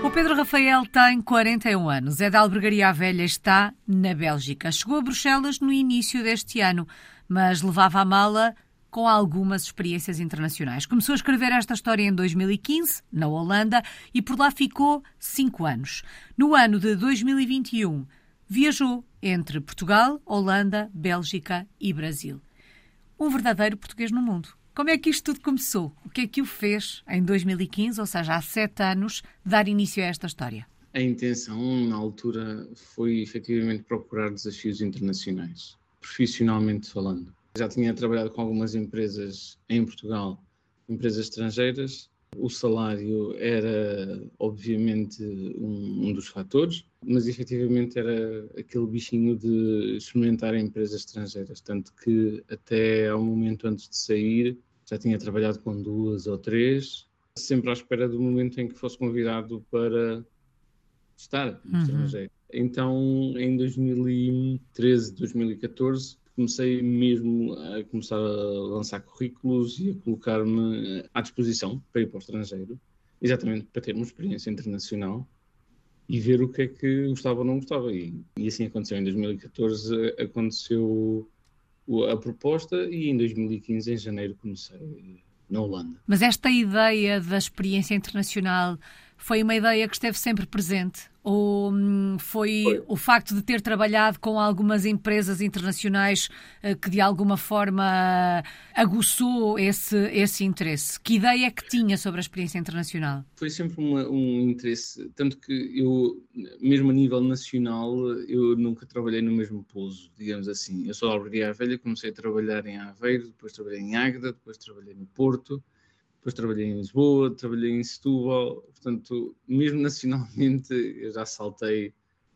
O Pedro Rafael tem 41 anos, é da Albergaria à Velha, está na Bélgica. Chegou a Bruxelas no início deste ano, mas levava a mala com algumas experiências internacionais. Começou a escrever esta história em 2015, na Holanda, e por lá ficou 5 anos. No ano de 2021, viajou entre Portugal, Holanda, Bélgica e Brasil. Um verdadeiro português no mundo. Como é que isto tudo começou? O que é que o fez em 2015, ou seja, há 7 anos, dar início a esta história? A intenção, na altura, foi efetivamente procurar desafios internacionais, profissionalmente falando. Já tinha trabalhado com algumas empresas em Portugal, empresas estrangeiras. O salário era, obviamente, um dos fatores, mas efetivamente era aquele bichinho de experimentar em empresas estrangeiras. Tanto que até ao momento antes de sair, já tinha trabalhado com 2 ou 3, sempre à espera do momento em que fosse convidado para estar no estrangeiro. Então, em 2013, 2014, comecei mesmo a começar a lançar currículos e a colocar-me à disposição para ir para o estrangeiro, exatamente para ter uma experiência internacional e ver o que é que gostava ou não gostava. E assim aconteceu. Em 2014 aconteceu a proposta e em 2015, em janeiro, comecei na Holanda. Mas esta ideia da experiência internacional foi uma ideia que esteve sempre presente? Ou foi o facto de ter trabalhado com algumas empresas internacionais que de alguma forma aguçou esse interesse? Que ideia é que tinha sobre a experiência internacional? Foi sempre um interesse, tanto que eu, mesmo a nível nacional, eu nunca trabalhei no mesmo pouso, digamos assim. Eu sou da Albergaria à Velha, comecei a trabalhar em Aveiro, depois trabalhei em Águeda, depois trabalhei no Porto, depois trabalhei em Lisboa, trabalhei em Setúbal, portanto, mesmo nacionalmente, eu já saltei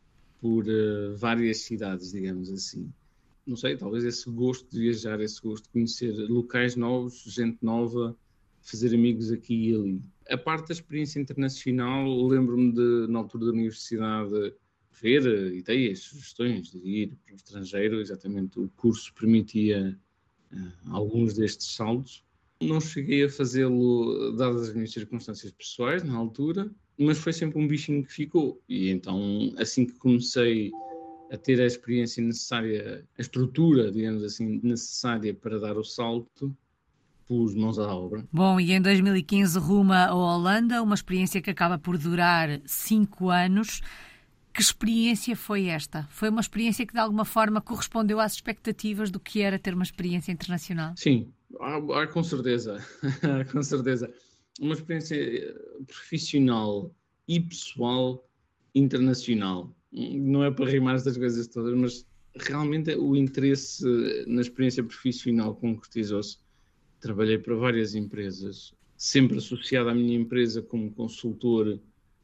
por várias cidades, digamos assim. Não sei, talvez esse gosto de viajar, esse gosto de conhecer locais novos, gente nova, fazer amigos aqui e ali. A parte da experiência internacional, lembro-me de, na altura da universidade, ver ideias, sugestões de ir para o estrangeiro, exatamente o curso permitia alguns destes saltos. Não cheguei a fazê-lo, dadas as minhas circunstâncias pessoais, na altura, mas foi sempre um bichinho que ficou. E então, assim que comecei a ter a experiência necessária, a estrutura, digamos assim, necessária para dar o salto, pus mãos à obra. Bom, e em 2015 ruma à Holanda, uma experiência que acaba por durar 5 anos. Que experiência foi esta? Foi uma experiência que de alguma forma correspondeu às expectativas do que era ter uma experiência internacional? Sim, com certeza, com certeza. Uma experiência profissional e pessoal internacional. Não é para rimar estas coisas todas, mas realmente o interesse na experiência profissional concretizou-se. Trabalhei para várias empresas, sempre associado à minha empresa como consultor,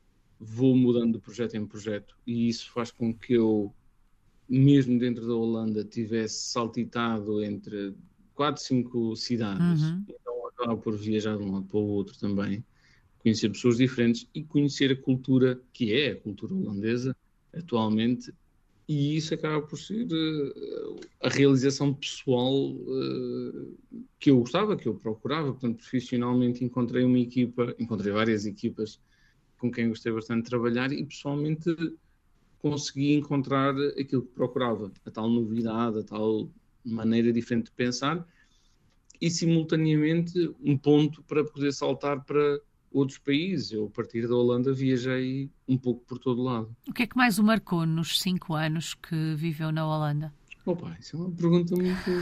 vou mudando de projeto em projeto e isso faz com que eu, mesmo dentro da Holanda, tivesse saltitado entre 4, 5 cidades. Então acaba por viajar de um lado para o outro também, conhecer pessoas diferentes e conhecer a cultura que é a cultura holandesa atualmente, e isso acaba por ser a realização pessoal que eu gostava, que eu procurava. Portanto, profissionalmente encontrei várias equipas com quem gostei bastante de trabalhar e pessoalmente consegui encontrar aquilo que procurava, a tal novidade, a tal maneira diferente de pensar e simultaneamente um ponto para poder saltar para outros países. Eu, a partir da Holanda, viajei um pouco por todo lado. O que é que mais o marcou nos 5 anos que viveu na Holanda? Opa, isso é uma pergunta muito...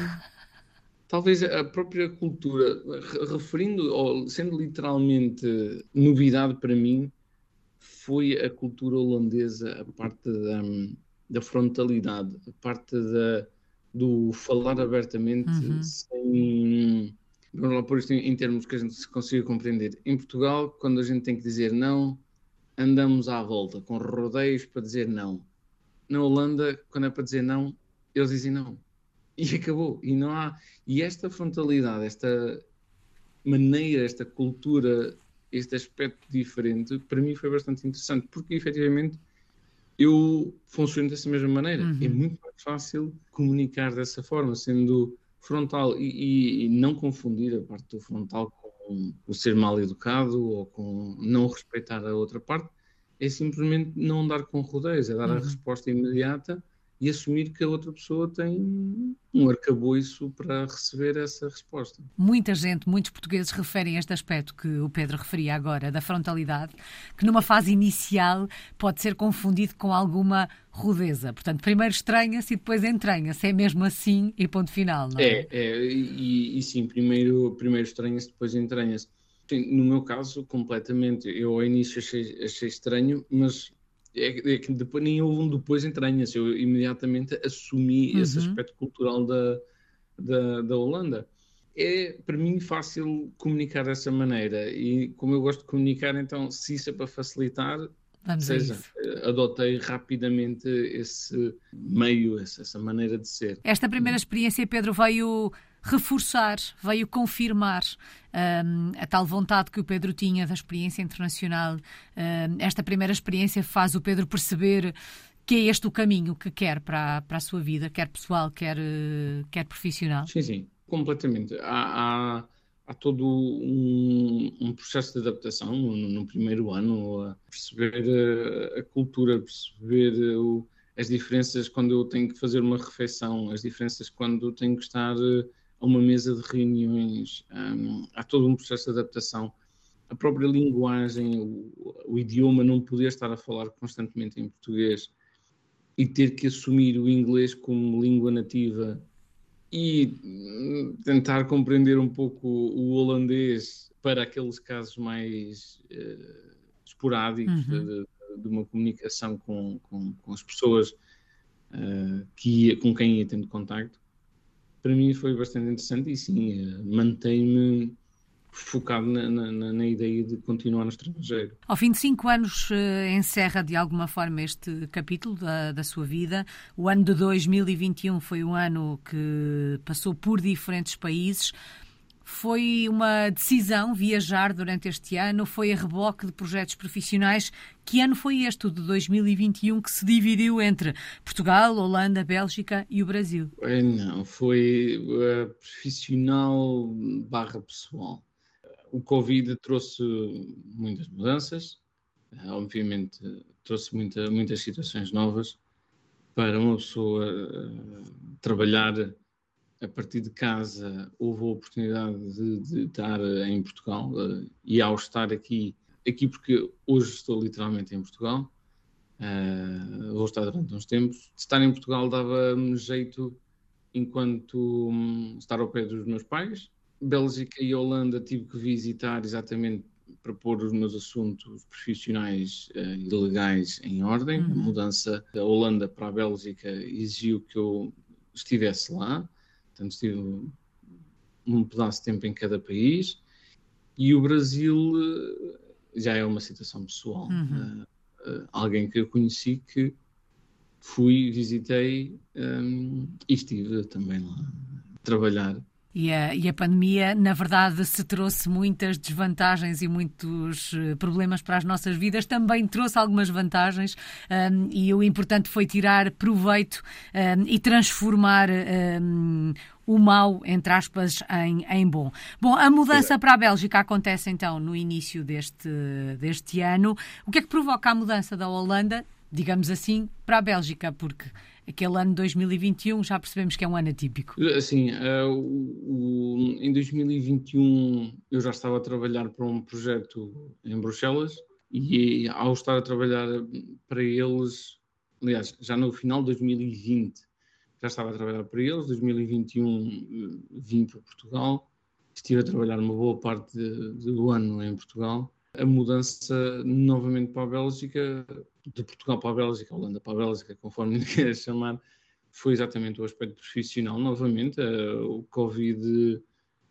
Talvez a própria cultura, referindo, ou sendo literalmente novidade para mim, foi a cultura holandesa, a parte da frontalidade, a parte do falar abertamente, sem... Vamos lá pôr isto em termos que a gente se consiga compreender. Em Portugal, quando a gente tem que dizer não, andamos à volta, com rodeios para dizer não. Na Holanda, quando é para dizer não, eles dizem não. E acabou. E não há... E esta frontalidade, esta maneira, esta cultura, este aspecto diferente, para mim foi bastante interessante, porque efetivamente eu funciono dessa mesma maneira. É muito mais fácil comunicar dessa forma, sendo frontal e não confundir a parte do frontal com o ser mal educado ou com não respeitar a outra parte. é simplesmente não dar com rodeios, é dar a resposta imediata e assumir que a outra pessoa tem um arcabouço para receber essa resposta. Muita gente, muitos portugueses referem este aspecto que o Pedro referia agora, da frontalidade, que numa fase inicial pode ser confundido com alguma rudeza. Portanto, primeiro estranha-se e depois entranha-se. É mesmo assim e ponto final, não é? E sim, primeiro estranha-se, depois entranha-se. No meu caso, completamente. Eu ao início achei estranho, mas é que depois, nem houve um depois entranha-se. Eu imediatamente assumi esse aspecto cultural da Holanda. É, para mim, fácil comunicar dessa maneira. E como eu gosto de comunicar, então, se isso é para facilitar, Vamos a isso. adotei rapidamente esse meio, essa maneira de ser. Esta primeira experiência, Pedro, veio reforçar, veio confirmar a tal vontade que o Pedro tinha da experiência internacional. Esta primeira experiência faz o Pedro perceber que é este o caminho que quer para a sua vida, quer pessoal, quer profissional. Sim, completamente. Há todo um processo de adaptação no primeiro ano, a perceber a cultura, perceber as diferenças quando eu tenho que fazer uma refeição, as diferenças quando eu tenho que estar a uma mesa de reuniões. Há todo um processo de adaptação. A própria linguagem, o idioma, não poder estar a falar constantemente em português e ter que assumir o inglês como língua nativa e tentar compreender um pouco o holandês para aqueles casos mais esporádicos de uma comunicação com as pessoas com quem ia tendo contacto. Para mim foi bastante interessante e sim, mantém-me focado na ideia de continuar no estrangeiro. Ao fim de 5 anos encerra de alguma forma este capítulo da sua vida. O ano de 2021 foi um ano que passou por diferentes países. Foi uma decisão viajar durante este ano? Foi a reboque de projetos profissionais? Que ano foi este, o de 2021, que se dividiu entre Portugal, Holanda, Bélgica e o Brasil? Não, foi profissional / pessoal. O Covid trouxe muitas mudanças, obviamente trouxe muitas situações novas para uma pessoa trabalhar a partir de casa. Houve a oportunidade de estar em Portugal e ao estar aqui porque hoje estou literalmente em Portugal, vou estar durante uns tempos, de estar em Portugal dava-me jeito enquanto estar ao pé dos meus pais. Bélgica e Holanda tive que visitar exatamente para pôr os meus assuntos profissionais e legais em ordem. A mudança da Holanda para a Bélgica exigiu que eu estivesse lá, portanto estive um pedaço de tempo em cada país. E o Brasil já é uma situação pessoal. Alguém que eu conheci, que fui, visitei e estive também lá a trabalhar. E a pandemia, na verdade, se trouxe muitas desvantagens e muitos problemas para as nossas vidas, também trouxe algumas vantagens e o importante foi tirar proveito e transformar o mau, entre aspas, em bom. Bom, a mudança para a Bélgica acontece então no início deste ano. O que é que provoca a mudança da Holanda, digamos assim, para a Bélgica? Porque aquele ano de 2021 já percebemos que é um ano atípico. Assim, em 2021 eu já estava a trabalhar para um projeto em Bruxelas e ao estar a trabalhar para eles, aliás, já no final de 2020 já estava a trabalhar para eles, 2021 vim para Portugal, estive a trabalhar uma boa parte do ano em Portugal. A mudança novamente para a Bélgica, de Portugal para a Bélgica, Holanda para a Bélgica, conforme lhe queira chamar, foi exatamente o aspecto profissional. Novamente, o Covid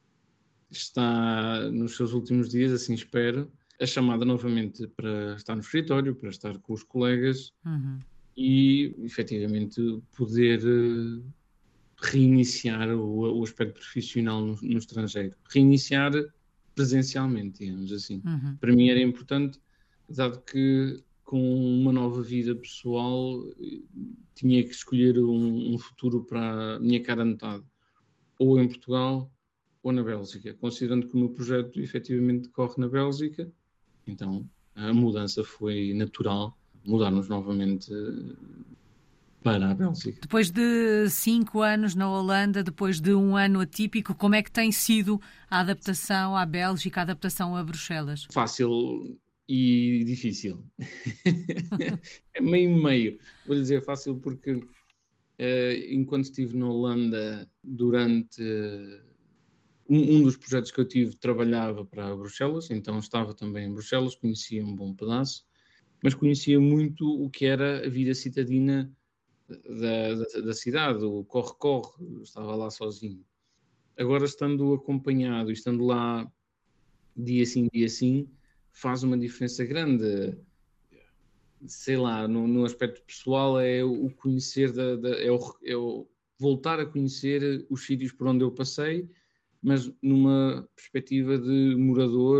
está nos seus últimos dias, assim espero. A chamada novamente para estar no escritório, para estar com os colegas e, efetivamente, poder reiniciar o aspecto profissional no estrangeiro. Reiniciar presencialmente, digamos assim. Para mim era importante, dado que com uma nova vida pessoal tinha que escolher um futuro para a minha cara metade, ou em Portugal ou na Bélgica, considerando que o meu projeto efetivamente decorre na Bélgica, então a mudança foi natural, mudarmos novamente para a Bélgica. Depois de 5 anos na Holanda, depois de um ano atípico, como é que tem sido a adaptação à Bélgica, a adaptação a Bruxelas? Fácil e difícil. É meio. Vou dizer fácil porque enquanto estive na Holanda durante um dos projetos que eu tive, trabalhava para Bruxelas, então estava também em Bruxelas, conhecia um bom pedaço, mas conhecia muito o que era a vida citadina da cidade, o corre-corre, estava lá sozinho. Agora, estando acompanhado e estando lá dia sim, faz uma diferença grande. Sei lá, no aspecto pessoal é o conhecer, é o voltar a conhecer os sítios por onde eu passei, mas numa perspectiva de morador,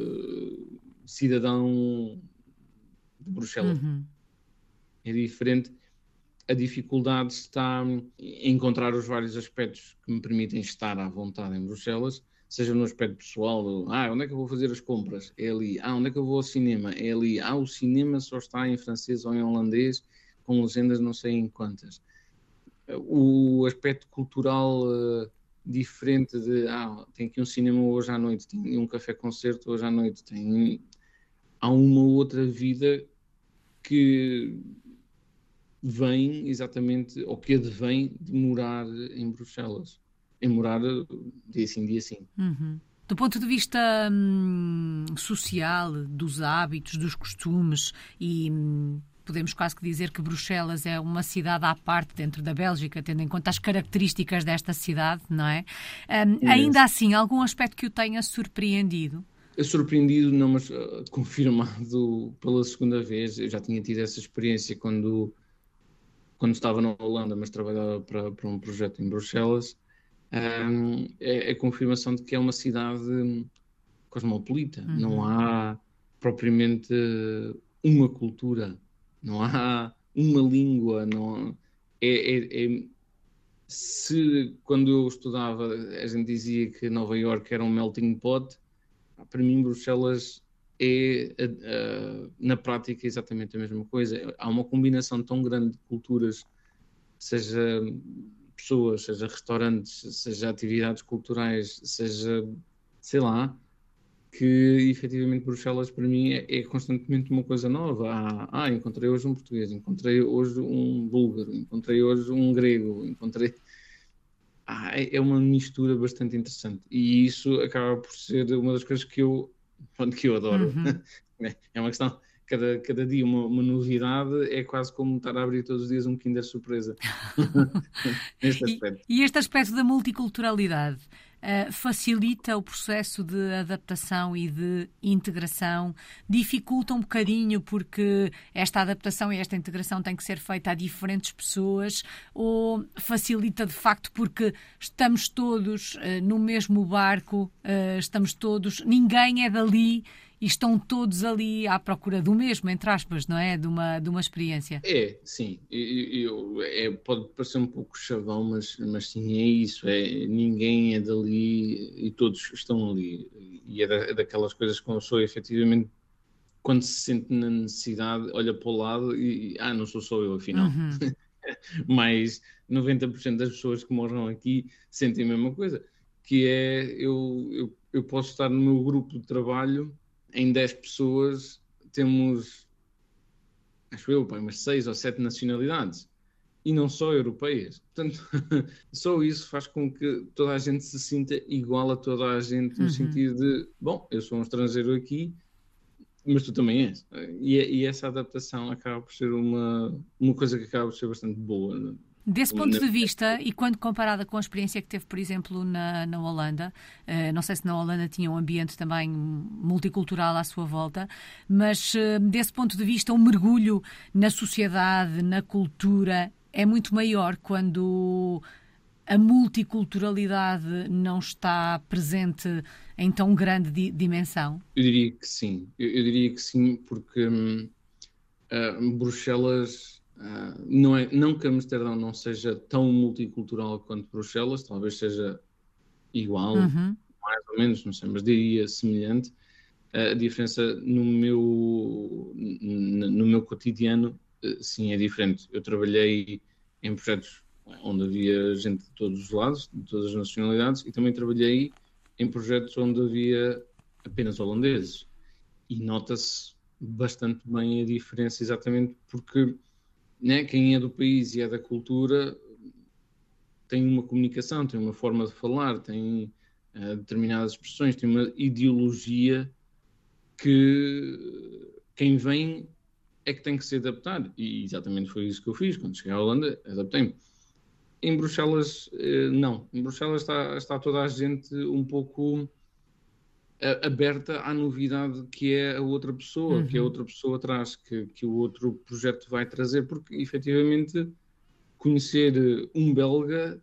cidadão de Bruxelas. Uhum. É diferente. A dificuldade está em encontrar os vários aspectos que me permitem estar à vontade em Bruxelas, seja no aspecto pessoal, onde é que eu vou fazer as compras? É ali. Onde é que eu vou ao cinema? É ali. O cinema só está em francês ou em holandês, com legendas não sei em quantas. O aspecto cultural diferente de, tem aqui um cinema hoje à noite, tem um café-concerto hoje à noite, há uma outra vida que vem exatamente, ou que advém de morar em Bruxelas. Em morar dia sim. Uhum. Do ponto de vista social, dos hábitos, dos costumes, e podemos quase que dizer que Bruxelas é uma cidade à parte dentro da Bélgica, tendo em conta as características desta cidade, não é? Ainda assim, algum aspecto que o tenha surpreendido? Surpreendido, não, mas confirmado pela segunda vez. Eu já tinha tido essa experiência quando estava na Holanda, mas trabalhava para um projeto em Bruxelas. É a confirmação de que é uma cidade cosmopolita. Uhum. Não há propriamente uma cultura, não há uma língua. Não, se quando eu estudava a gente dizia que Nova Iorque era um melting pot, para mim Bruxelas é na prática exatamente a mesma coisa. Há uma combinação tão grande de culturas, seja pessoas, seja restaurantes, seja atividades culturais, seja, sei lá, que efetivamente Bruxelas para mim é constantemente uma coisa nova. Encontrei hoje um português, encontrei hoje um búlgaro, encontrei hoje um grego, é uma mistura bastante interessante e isso acaba por ser uma das coisas que eu adoro. Uhum. É uma questão, cada dia uma novidade, é quase como estar a abrir todos os dias um Kinder Surpresa. Neste aspecto. E este aspecto da multiculturalidade facilita o processo de adaptação e de integração? Dificulta um bocadinho porque esta adaptação e esta integração tem que ser feita a diferentes pessoas, ou facilita de facto porque estamos todos no mesmo barco, ninguém é dali e estão todos ali à procura do mesmo, entre aspas, não é? De uma experiência. Sim. Pode parecer um pouco chavão, mas sim, é isso. Ninguém é dali e todos estão ali. E é daquelas coisas que uma pessoa, efetivamente, quando se sente na necessidade, olha para o lado e não sou só eu, afinal. Uhum. Mas 90% das pessoas que moram aqui sentem a mesma coisa. Que é, eu posso estar no meu grupo de trabalho, em 10 pessoas temos, acho eu, umas 6 ou 7 nacionalidades e não só europeias. Portanto, só isso faz com que toda a gente se sinta igual a toda a gente, no sentido de, bom, eu sou um estrangeiro aqui, mas tu também és. E essa adaptação acaba por ser uma coisa que acaba por ser bastante boa. Desse ponto de vista, e quando comparada com a experiência que teve, por exemplo, na Holanda, não sei se na Holanda tinha um ambiente também multicultural à sua volta, mas desse ponto de vista, o mergulho na sociedade, na cultura, é muito maior quando a multiculturalidade não está presente em tão grande dimensão? Eu diria que sim. Eu diria que sim, porque Bruxelas... não que Amsterdão não seja tão multicultural quanto Bruxelas, talvez seja igual, mais ou menos, não sei, mas diria semelhante, A diferença no meu cotidiano, sim, é diferente. Eu trabalhei em projetos onde havia gente de todos os lados, de todas as nacionalidades, e também trabalhei em projetos onde havia apenas holandeses. E nota-se bastante bem a diferença, exatamente porque, né, quem é do país e é da cultura tem uma comunicação, tem uma forma de falar, tem determinadas expressões, tem uma ideologia que quem vem é que tem que se adaptar. E exatamente foi isso que eu fiz quando cheguei à Holanda, adaptei-me. Em Bruxelas, não. Em Bruxelas está toda a gente um pouco aberta à novidade que é a outra pessoa, que a outra pessoa traz, que o outro projeto vai trazer, porque efetivamente conhecer um belga,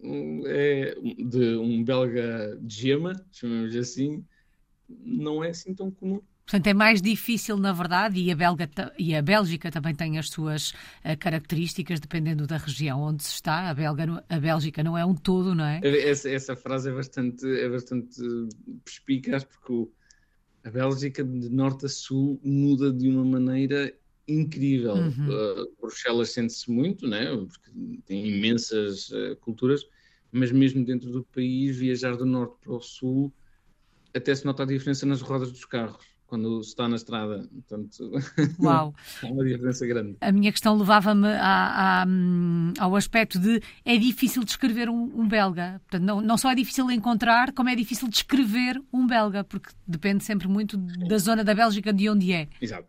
um belga de gema, chamamos assim, não é assim tão comum. Portanto, é mais difícil, na verdade, e a Bélgica também tem as suas características, dependendo da região onde se está. A Bélgica não é um todo, não é? Essa frase é bastante perspicaz, porque a Bélgica, de norte a sul, muda de uma maneira incrível. Bruxelas sente-se muito, né? Porque tem imensas culturas, mas mesmo dentro do país, viajar do norte para o sul, até se nota a diferença nas rodas dos carros, quando se está na estrada. Portanto, Uau! há uma diferença grande. A minha questão levava-me ao aspecto de é difícil descrever um belga. Portanto, não só é difícil encontrar, como é difícil descrever um belga, porque depende sempre muito da zona da Bélgica de onde é. Exato.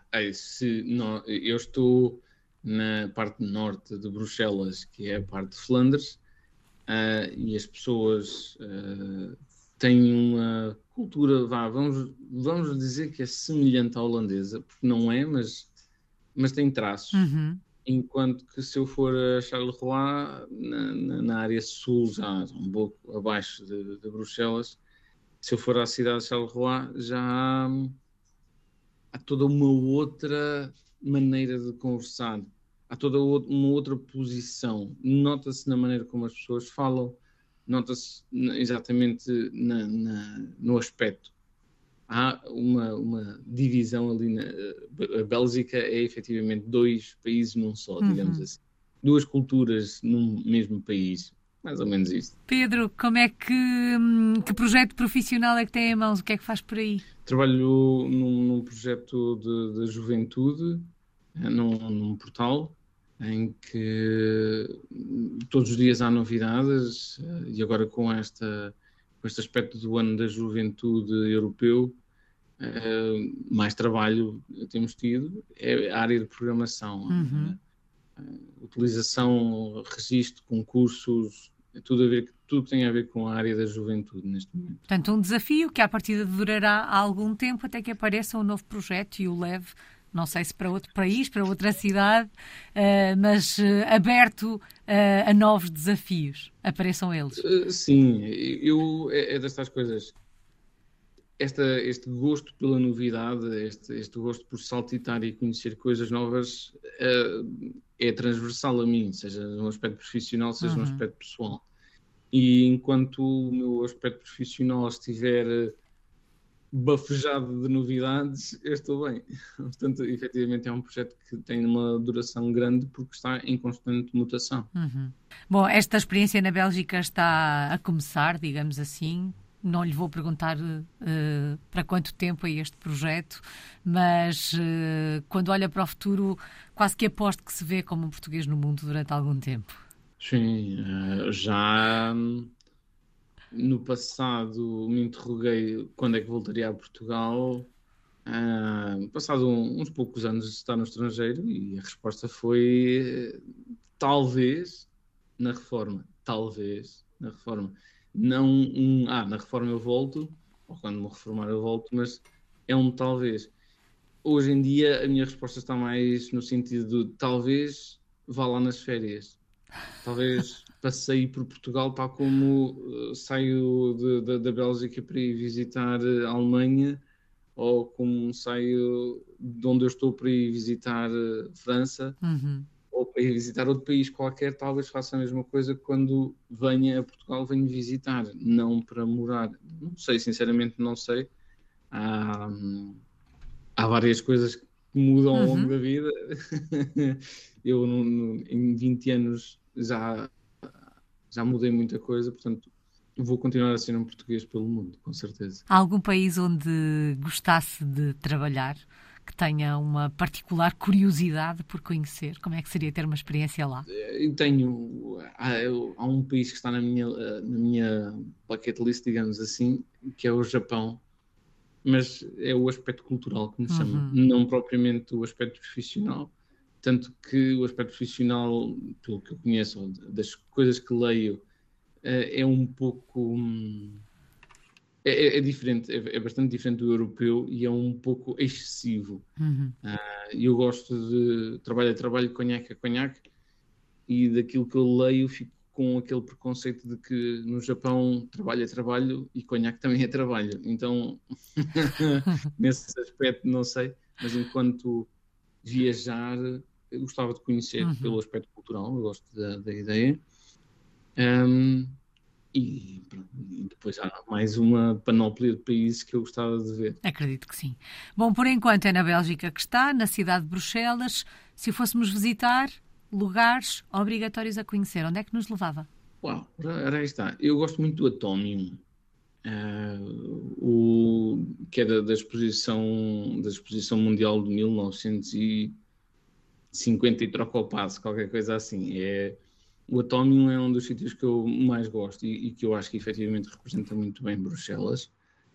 Eu estou na parte norte de Bruxelas, que é a parte de Flandres, e as pessoas têm uma cultura, vamos dizer que é semelhante à holandesa, porque não é, mas tem traços. Enquanto que se eu for a Charleroi, na área sul, já um pouco abaixo de Bruxelas, se eu for à cidade de Charleroi, já há toda uma outra maneira de conversar, há toda uma outra posição. Nota-se na maneira como as pessoas falam, nota-se exatamente no aspecto. Há uma divisão ali. A Bélgica é efetivamente dois países num só, digamos assim. Duas culturas num mesmo país. Mais ou menos isto. Pedro, como é que projeto profissional é que tem em mãos? O que é que faz por aí? Trabalho num projeto de juventude, num portal, em que todos os dias há novidades, e agora com este aspecto do ano da juventude europeu, mais trabalho temos tido, é a área de programação. Utilização, registro, concursos, tudo que tem a ver com a área da juventude neste momento. Portanto, um desafio que à partida durará algum tempo até que apareça um novo projeto e o leve, não sei se para outro país, para outra cidade, mas aberto a novos desafios. Apareçam eles. Sim, é destas coisas. Este gosto pela novidade, este gosto por saltitar e conhecer coisas novas é transversal a mim, seja no aspecto profissional, seja no aspecto pessoal. E enquanto o meu aspecto profissional estiver bafejado de novidades, eu estou bem. Portanto, efetivamente é um projeto que tem uma duração grande porque está em constante mutação. Bom, esta experiência na Bélgica está a começar, digamos assim. Não lhe vou perguntar para quanto tempo é este projeto, mas quando olha para o futuro, quase que aposto que se vê como um português no mundo durante algum tempo. Sim, já no passado me interroguei quando é que voltaria a Portugal, passado uns poucos anos de estar no estrangeiro, e a resposta foi talvez na reforma. Talvez na reforma. Não na reforma eu volto, ou quando me reformar eu volto, mas é um talvez. Hoje em dia a minha resposta está mais no sentido de talvez vá lá nas férias. Talvez passeie por Portugal, tal como saio da Bélgica para ir visitar a Alemanha, ou como saio de onde eu estou para ir visitar França, ou para ir visitar outro país qualquer. Talvez faça a mesma coisa quando venha a Portugal, venho visitar, não para morar. Não sei, sinceramente não sei. há, há várias coisas que mudam ao longo da vida. Eu, em 20 anos, já mudei muita coisa, portanto, vou continuar a ser um português pelo mundo, com certeza. Há algum país onde gostasse de trabalhar, que tenha uma particular curiosidade por conhecer? Como é que seria ter uma experiência lá? Há um país que está na minha bucket list, digamos assim, que é o Japão, mas é o aspecto cultural que me chama, não propriamente o aspecto profissional, tanto que o aspecto profissional, pelo que eu conheço, das coisas que leio, é um pouco... É diferente, é bastante diferente do europeu e é um pouco excessivo. Eu gosto de trabalho, conhaque a conhaque, e daquilo que eu leio fico com aquele preconceito de que no Japão trabalho é trabalho e conhaque também é trabalho. Então, nesse aspecto, não sei, mas enquanto viajar, eu gostava de conhecer pelo aspecto cultural, eu gosto da ideia. E depois há mais uma panóplia de países que eu gostava de ver. Acredito que sim. Bom, por enquanto é na Bélgica que está, na cidade de Bruxelas. Se o fôssemos visitar, lugares obrigatórios a conhecer, onde é que nos levava? Uau, ora aí está. Eu gosto muito do Atómio, que é da exposição mundial de 1950 e troca o passo, qualquer coisa assim. O Atómio é um dos sítios que eu mais gosto e que eu acho que efetivamente representa muito bem Bruxelas.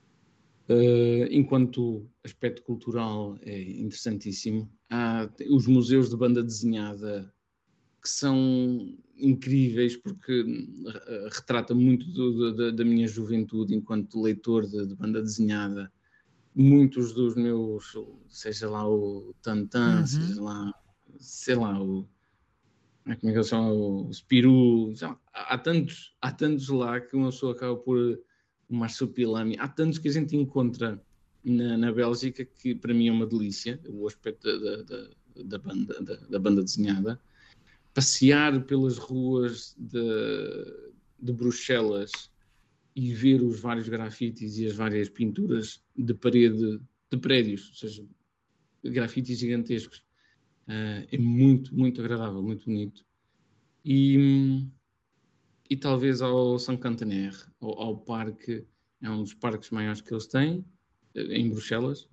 Enquanto aspecto cultural é interessantíssimo. Há os museus de banda desenhada que são incríveis porque retrata muito da minha juventude enquanto leitor de banda desenhada. Muitos dos meus, seja lá o Tantan, seja lá, sei lá, como é que eles chamam? O Spirou. Há tantos lá que uma pessoa acaba por o Marsupilami. Há tantos que a gente encontra na Bélgica que para mim é uma delícia, o aspecto da banda desenhada. Passear pelas ruas de Bruxelas e ver os vários grafites e as várias pinturas de parede de prédios, ou seja, grafites gigantescos. É muito, muito agradável, muito bonito. E talvez ao Saint-Cantenaire, ao parque, é um dos parques maiores que eles têm, em Bruxelas,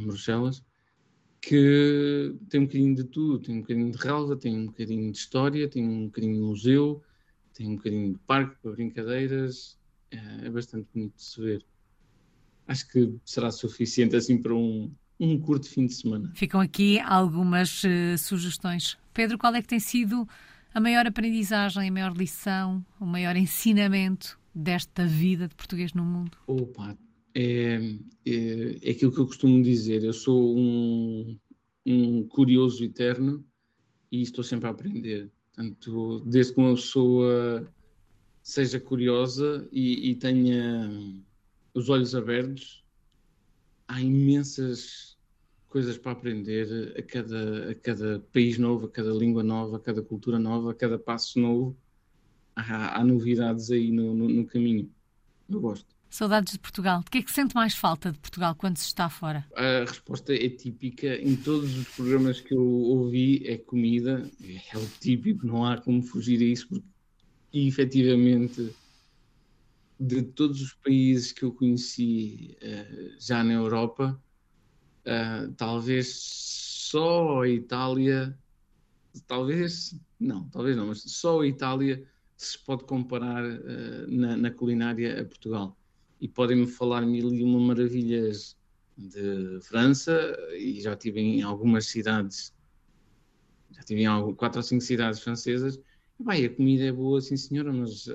que tem um bocadinho de tudo, tem um bocadinho de relva, tem um bocadinho de história, tem um bocadinho de museu, tem um bocadinho de parque para brincadeiras, é bastante bonito de se ver. Acho que será suficiente assim para um curto fim de semana. Ficam aqui algumas sugestões. Pedro, qual é que tem sido a maior aprendizagem, a maior lição, o maior ensinamento desta vida de português no mundo? Opa, é aquilo que eu costumo dizer. Eu sou um curioso eterno e estou sempre a aprender. Portanto, desde que uma pessoa seja curiosa e tenha os olhos abertos, há imensas coisas para aprender a cada país novo, a cada língua nova, a cada cultura nova, a cada passo novo. Há novidades aí no caminho. Eu gosto. Saudades de Portugal. De que é que sente mais falta de Portugal quando se está fora? A resposta é típica. Em todos os programas que eu ouvi, é comida. É o típico, não há como fugir a isso, porque efetivamente, de todos os países que eu conheci já na Europa, talvez só a Itália, talvez não, mas só a Itália se pode comparar na culinária a Portugal. E podem-me falar mil e uma maravilhas de França, e já estive em algumas cidades, já estive em 4 ou 5 cidades francesas. E, bem, a comida é boa, sim senhora, mas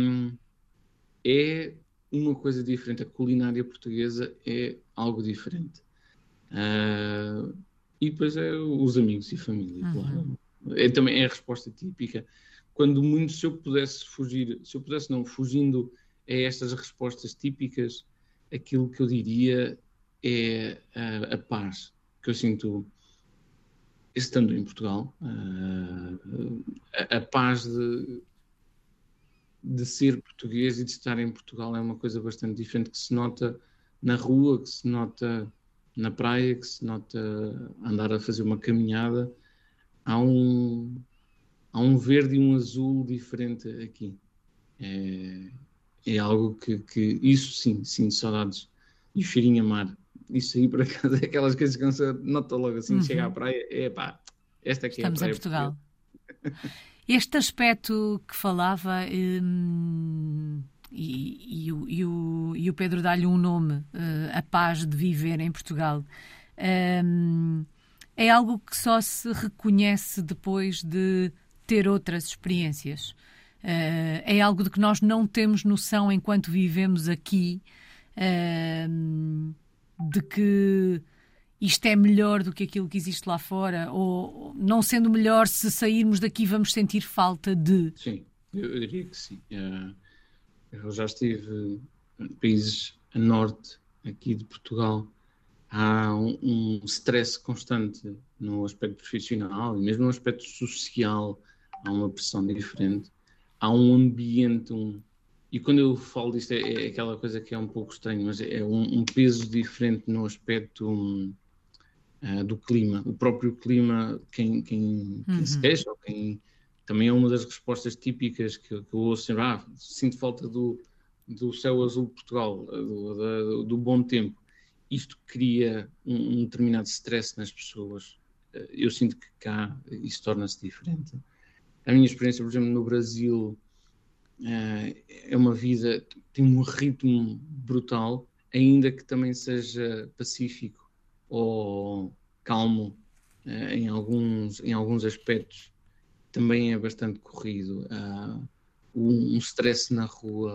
é uma coisa diferente. A culinária portuguesa é algo diferente. E depois é os amigos e família, claro. Também é a resposta típica. Quando muito, se eu pudesse não, fugindo a estas respostas típicas, aquilo que eu diria é a paz que eu sinto estando em Portugal, a paz de ser português e de estar em Portugal é uma coisa bastante diferente que se nota na rua, que se nota na praia, que se nota andar a fazer uma caminhada. Há um verde e um azul diferente aqui. É algo que isso sim, sinto saudades. E o cheirinho a mar. Isso aí, por acaso, é aquelas coisas que você nota logo assim, chega à praia, esta aqui é a Estamos praia em Portugal. Este aspecto que falava, e o Pedro dá-lhe um nome, a paz de viver em Portugal, é algo que só se reconhece depois de ter outras experiências. É algo de que nós não temos noção enquanto vivemos aqui, de que isto é melhor do que aquilo que existe lá fora, ou não sendo melhor, se sairmos daqui vamos sentir falta de... Sim, eu diria que sim. Eu já estive em países a norte aqui de Portugal. Há um stress constante no aspecto profissional e mesmo no aspecto social. Há uma pressão diferente. Há um ambiente, e quando eu falo disto é aquela coisa que é um pouco estranho, mas é um peso diferente no aspecto do clima. O próprio clima, quem se queixa, ou quem também é uma das respostas típicas que eu ouço sempre, sinto falta do céu azul de Portugal, do bom tempo. Isto cria um determinado stress nas pessoas. Eu sinto que cá isso torna-se diferente. A minha experiência, por exemplo, no Brasil, é uma vida, tem um ritmo brutal, ainda que também seja pacífico ou calmo em alguns aspectos, também é bastante corrido. Um stress na rua,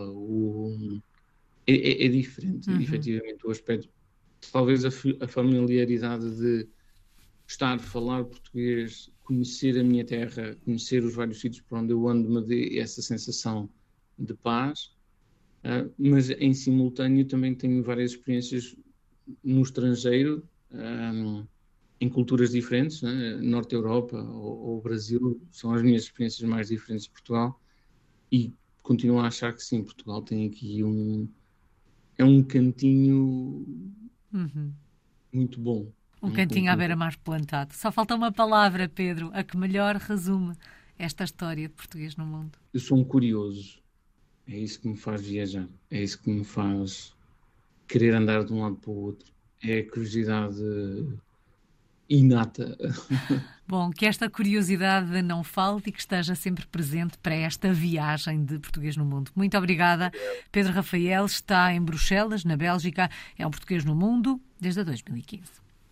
é diferente, efetivamente, o aspecto. Talvez a familiaridade de estar, falar português, conhecer a minha terra, conhecer os vários sítios por onde eu ando, me dê essa sensação de paz, mas em simultâneo também tenho várias experiências no estrangeiro, em culturas diferentes, né? Norte Europa ou Brasil são as minhas experiências mais diferentes de Portugal, e continuo a achar que sim, Portugal tem aqui um cantinho muito bom. Um cantinho à beira-mar plantado. Só falta uma palavra, Pedro, a que melhor resume esta história de português no mundo. Eu sou um curioso. É isso que me faz viajar. É isso que me faz querer andar de um lado para o outro. É a curiosidade inata. Bom, que esta curiosidade não falte e que esteja sempre presente para esta viagem de português no mundo. Muito obrigada. Pedro Rafael está em Bruxelas, na Bélgica. É um português no mundo desde 2015.